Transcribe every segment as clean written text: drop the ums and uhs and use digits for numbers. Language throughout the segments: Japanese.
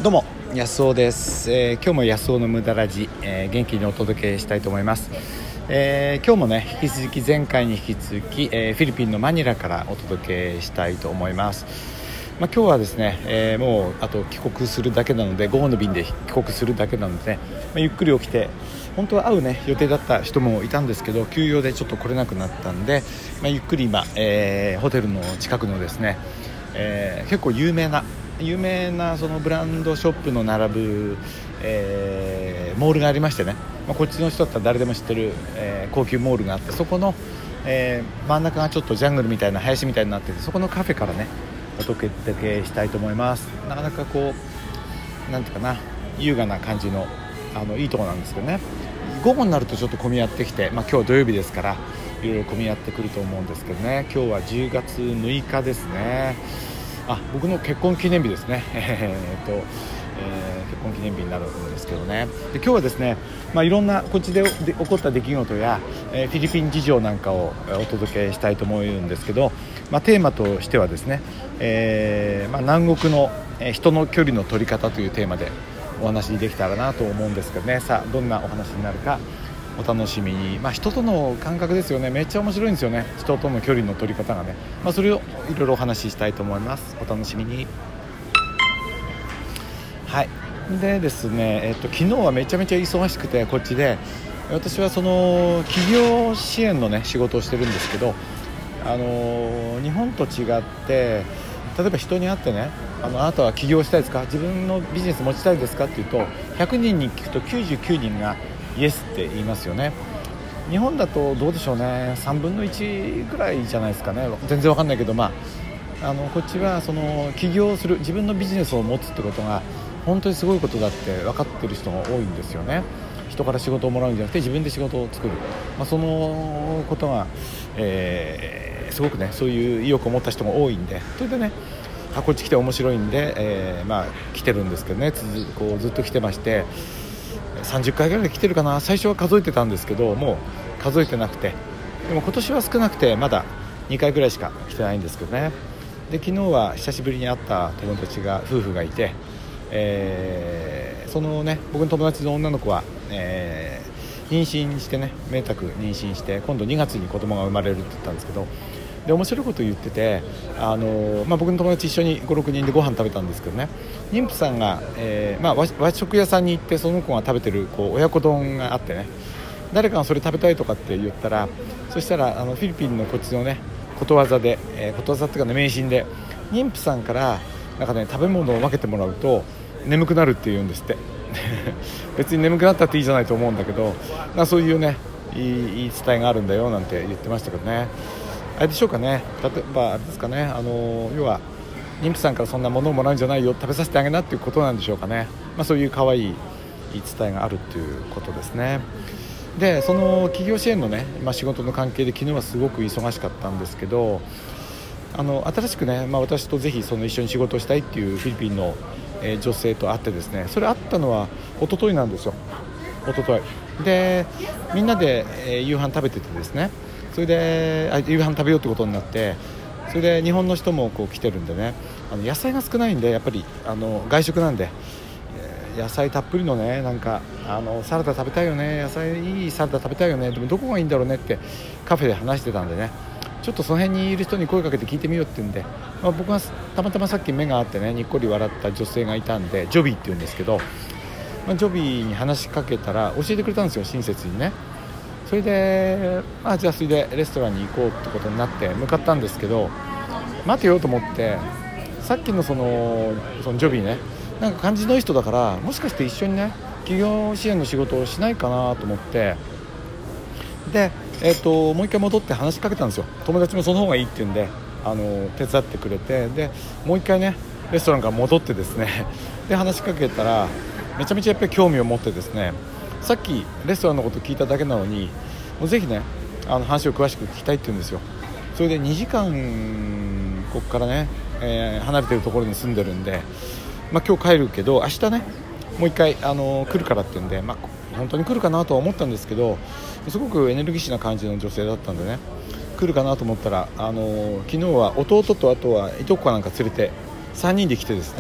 どうも安尾です。今日も安尾の無駄ラジ、元気にお届けしたいと思います。今日もね引き続き前回に引き続き、フィリピンのマニラからお届けしたいと思います。今日はですね、もうあと帰国するだけなので午後の便で帰国するだけなので、ゆっくり起きて本当は会うね予定だった人もいたんですけど休養でちょっと来れなくなったんで、ゆっくり今、ホテルの近くのですね、結構有名なそのブランドショップの並ぶ、モールがありましてね、こっちの人だったら誰でも知ってる、高級モールがあって、そこの、真ん中がちょっとジャングルみたいな林みたいになってて、そこのカフェからねお届けしたいと思います。なかなかこうなんていうかな優雅な感じのいいところなんですけどね、午後になるとちょっと混み合ってきて、今日は土曜日ですからいろいろ混み合ってくると思うんですけどね。今日は10月6日ですね。僕の結婚記念日ですね。結婚記念日になるんですけどね。で今日はですね、いろんなこっちで起こった出来事や、フィリピン事情なんかをお届けしたいと思うんですけど、テーマとしてはですね、南国の人の距離の取り方というテーマでお話できたらなと思うんですけどね。さあどんなお話になるかお楽しみに。人との感覚ですよね。めっちゃ面白いんですよね、人との距離の取り方がね。それをいろいろお話ししたいと思います。お楽しみに。はいでですね、昨日はめちゃめちゃ忙しくて、こっちで私はその企業支援のね仕事をしてるんですけど、日本と違って例えば人に会ってね、あなたは起業したいですか、自分のビジネス持ちたいですかって言うと、100人に聞くと99人がイエスって言いますよね。日本だとどうでしょうね、3分の1ぐらいじゃないですかね。全然わかんないけど、こっちはその起業する、自分のビジネスを持つってことが本当にすごいことだって分かってる人が多いんですよね。人から仕事をもらうんじゃなくて自分で仕事を作る、そのことが、すごくねそういう意欲を持った人が多いんで、それでねこっち来て面白いんで、来てるんですけどね、ずっと来てまして、30回ぐらい来てるかな。最初は数えてたんですけどもう数えてなくて、でも今年は少なくてまだ2回ぐらいしか来てないんですけどね。で昨日は久しぶりに会った友達が夫婦がいて、そのね僕の友達の女の子は、妊娠してね、めでたく妊娠して今度2月に子供が生まれるって言ったんですけど、で面白いことを言ってて、僕の友達一緒に 5,6 人でご飯食べたんですけどね、妊婦さんが、和食屋さんに行って、その子が食べてる親子丼があってね、誰かがそれ食べたいとかって言ったら、そしたらフィリピンのこっちのねことわざで、ことわざっていうかね迷信で、妊婦さんからなんかね食べ物を分けてもらうと眠くなるって言うんですって別に眠くなったっていいじゃないと思うんだけど、そういうねいい伝えがあるんだよなんて言ってましたけどね。あれでしょうかね、例えばあれですかね、要は妊婦さんからそんなものをもらうんじゃないよ、食べさせてあげなっていうことなんでしょうかね。そういう可愛い伝えがあるっていうことですね。でその企業支援のね、仕事の関係で昨日はすごく忙しかったんですけど、新しくね、私とぜひその一緒に仕事をしたいっていうフィリピンの、女性と会ってですね、それ会ったのは一昨日なんですよ。一昨日でみんなで、夕飯食べててですね、それで夕飯食べようってことになって、それで日本の人も来てるんでね、野菜が少ないんで、やっぱり外食なんで、野菜たっぷりのね、なんかサラダ食べたいよね、野菜いいサラダ食べたいよね、でもどこがいいんだろうねってカフェで話してたんでね、ちょっとその辺にいる人に声かけて聞いてみようって言うんで、僕がたまたまさっき目があってねにっこり笑った女性がいたんで、ジョビーって言うんですけど、ジョビーに話しかけたら教えてくれたんですよ、親切にね。それで、じゃあそれでレストランに行こうってことになって向かったんですけど、待てよと思って、さっきのそのジョビーね、なんか感じのいい人だから、もしかして一緒にね企業支援の仕事をしないかなと思って、で、もう一回戻って話しかけたんですよ。友達もその方がいいって言うんで手伝ってくれて、でもう一回ねレストランから戻ってですねで話しかけたらめちゃめちゃやっぱり興味を持ってですね、さっきレストランのこと聞いただけなのにもうぜひね話を詳しく聞きたいって言うんですよ。それで2時間ここからね、離れてるところに住んでるんで、今日帰るけど明日ねもう一回来るからって言うんで、本当に来るかなとは思ったんですけど、すごくエネルギッシュな感じの女性だったんでね、来るかなと思ったら昨日は弟とあとはいとこかなんか連れて3人で来てですね、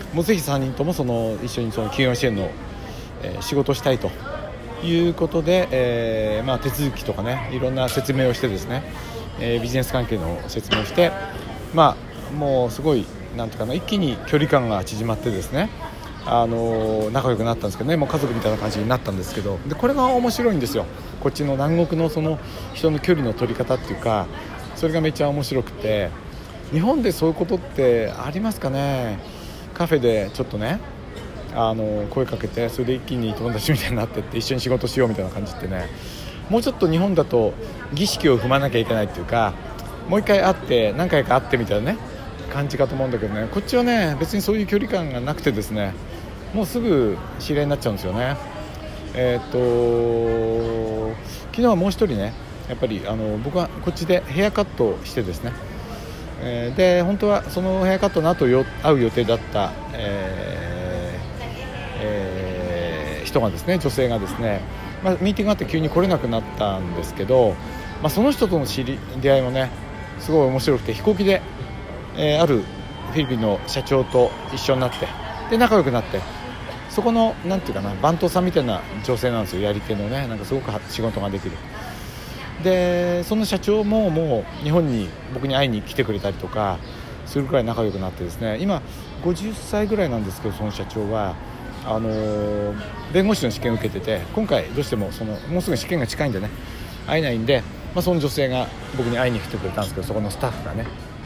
もうぜひ3人とも一緒にその企業支援の、仕事をしたいということで、手続きとかね、いろんな説明をしてですね、ビジネス関係の説明をして、もうすごいなんていうかな、一気に距離感が縮まってですね、仲良くなったんですけどね、もう家族みたいな感じになったんですけど、でこれが面白いんですよ。こっちの南国のその人の距離の取り方っていうか、それがめっちゃ面白くて、日本でそういうことってありますかね。カフェでちょっとね声かけて、それで一気に友達みたいになってって一緒に仕事しようみたいな感じってね、もうちょっと日本だと儀式を踏まなきゃいけないっていうか、もう一回会って何回か会ってみたいなね感じかと思うんだけどね、こっちはね別にそういう距離感がなくてですね、もうすぐ知り合いになっちゃうんですよね。昨日はもう一人ね、やっぱり僕はこっちでヘアカットをしてですね、で本当はそのヘアカットの後会う予定だった、人がですね、女性がですね、ミーティングがあって急に来れなくなったんですけど、その人との出会いもねすごい面白くて、飛行機で、あるフィリピンの社長と一緒になって、で仲良くなって、そこのなんていうかな、番頭さんみたいな女性なんですよ、やり手のね、なんかすごく仕事ができる。でその社長ももう日本に僕に会いに来てくれたりとかするくらい仲良くなってですね、今50歳ぐらいなんですけど、その社長は弁護士の試験を受けてて、今回どうしてももうすぐ試験が近いんでね会えないんで、その女性が僕に会いに来てくれたんですけど、そこのスタッフがね、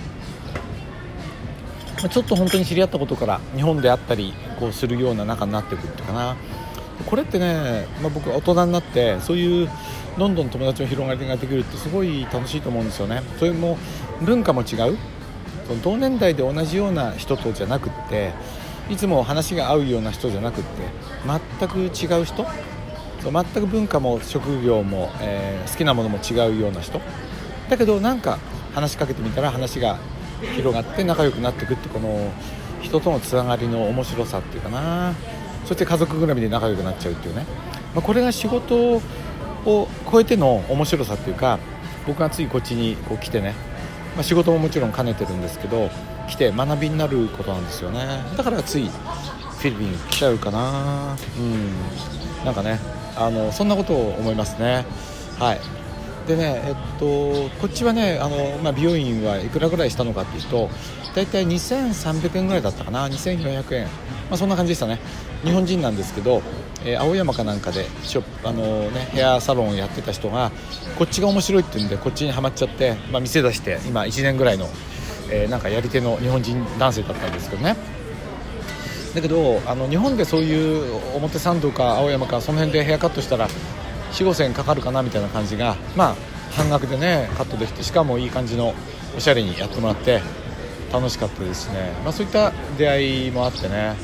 ちょっと本当に知り合ったことから日本で会ったりこうするような仲になってくるっていうかな。これってね、僕は大人になってそういうどんどん友達の広がりができるってすごい楽しいと思うんですよね。それも文化も違う、その同年代で同じような人とじゃなくって、いつも話が合うような人じゃなくって、全く違う人、全く文化も職業も、好きなものも違うような人だけど、なんか話しかけてみたら話が広がって仲良くなっていくって、この人とのつながりの面白さっていうかな。そして家族ぐるみで仲良くなっちゃうっていうね、これが仕事を超えての面白さっていうか、僕がついこっちにこう来てね、仕事ももちろん兼ねてるんですけど、来て学びになることなんですよね。だからついフィリピン来ちゃうかな。なんかねそんなことを思いますね。はい。でね、こっちはね美容院はいくらぐらいしたのかっていうと、だいたい2300円ぐらいだったかな、2400円、そんな感じでしたね。日本人なんですけど、青山かなんかでヘアサロンをやってた人がこっちが面白いって言うんでこっちにハマっちゃって、店出して今1年ぐらいの、なんかやり手の日本人男性だったんですけどね。だけど日本でそういう表参道か青山かその辺でヘアカットしたら 4,5,000 円かかるかなみたいな感じが、半額でねカットできて、しかもいい感じのおしゃれにやってもらって楽しかったですね。そういった出会いもあってね、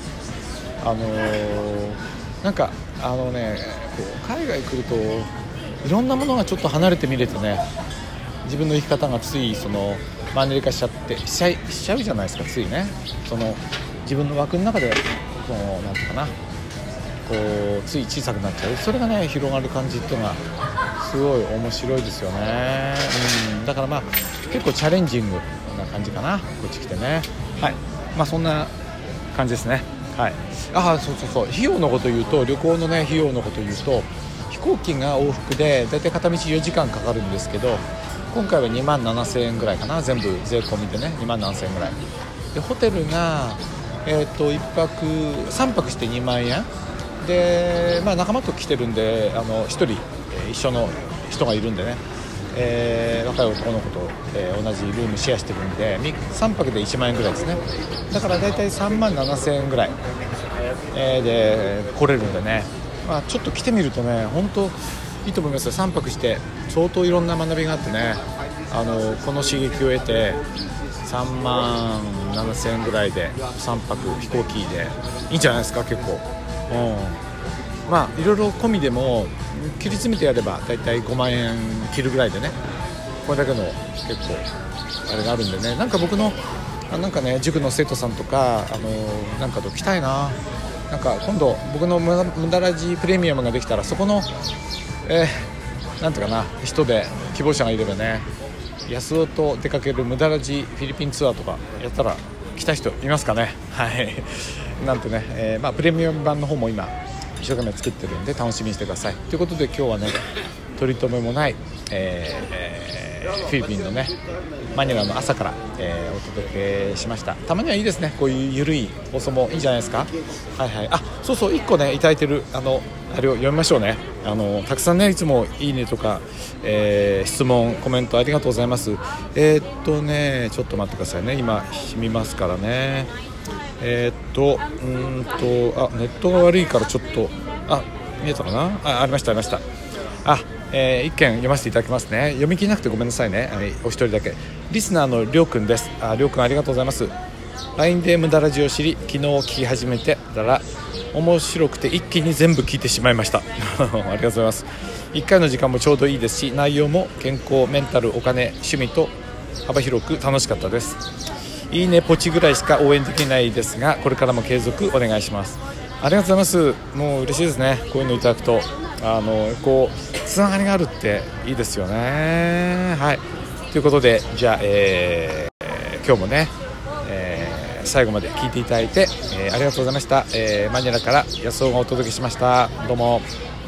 なんかこう海外来るといろんなものがちょっと離れて見れてね、自分の生き方がついマンネリ化しちゃうじゃないですか。ついね自分の枠の中でなんていうかな、つい小さくなっちゃう。それがね広がる感じっていうのがすごい面白いですよね。だから結構チャレンジングな感じかな、こっち来てね。はい。そんな感じですね。はい。そう費用のこと言うと、旅行のね費用のこと言うと、飛行機が往復でだいたい片道4時間かかるんですけど、今回は27,000円ぐらいかな、全部税込みでね27,000円ぐらいで、ホテルが1泊3泊して2万円で、仲間と来てるんで1人、一緒の人がいるんでね、若い男の子と、同じルームシェアしてるんで3泊で1万円ぐらいですね。だからだいたい37,000円ぐらい、で来れるんでね、ちょっと来てみるとね本当いいと思いますよ。3泊して相当いろんな学びがあってね、この刺激を得て37,000円ぐらいで3泊飛行機でいいんじゃないですか。結構いろいろ込みでも切り詰めてやればだいたい5万円切るぐらいでね、これだけの結構あれがあるんでね、なんか僕の塾の生徒さんとかなんかと来たいな。なんか今度僕の無駄ラジプレミアムができたら、そこのなんていうかな、人で希望者がいればね、安尾と出かける無駄ラジフィリピンツアーとかやったら来た人いますかね。はいなんてね、プレミアム版の方も今一生懸命作ってるんで楽しみにしてください。ということで今日はね取り留めもない、フィリピンのねマニラの朝から、お届けしました。たまにはいいですね、こういうゆるい放送もいいんじゃないですか。はいはい、そうそう1個ねいただいてるあれを読みましょうね。たくさんねいつもいいねとか、質問コメントありがとうございます。ちょっと待ってくださいね、今見ますからね。ネットが悪いからちょっと見えたかな。ありました一件読ませていただきますね。読み切れなくてごめんなさいね。お一人だけリスナーのりょうくんです。りょうくんありがとうございます。 LINE で無駄ラジを知り昨日聞き始めてたら面白くて一気に全部聞いてしまいましたありがとうございます。1回の時間もちょうどいいですし内容も健康メンタルお金趣味と幅広く楽しかったです。いいねポチぐらいしか応援できないですがこれからも継続お願いします。ありがとうございます。もう嬉しいですね、こういうのいただくとこうつながりがあるっていいですよね。はいということでじゃあ、今日もね、最後まで聞いていただいて、ありがとうございました。マニラから安尾がお届けしました。どうも。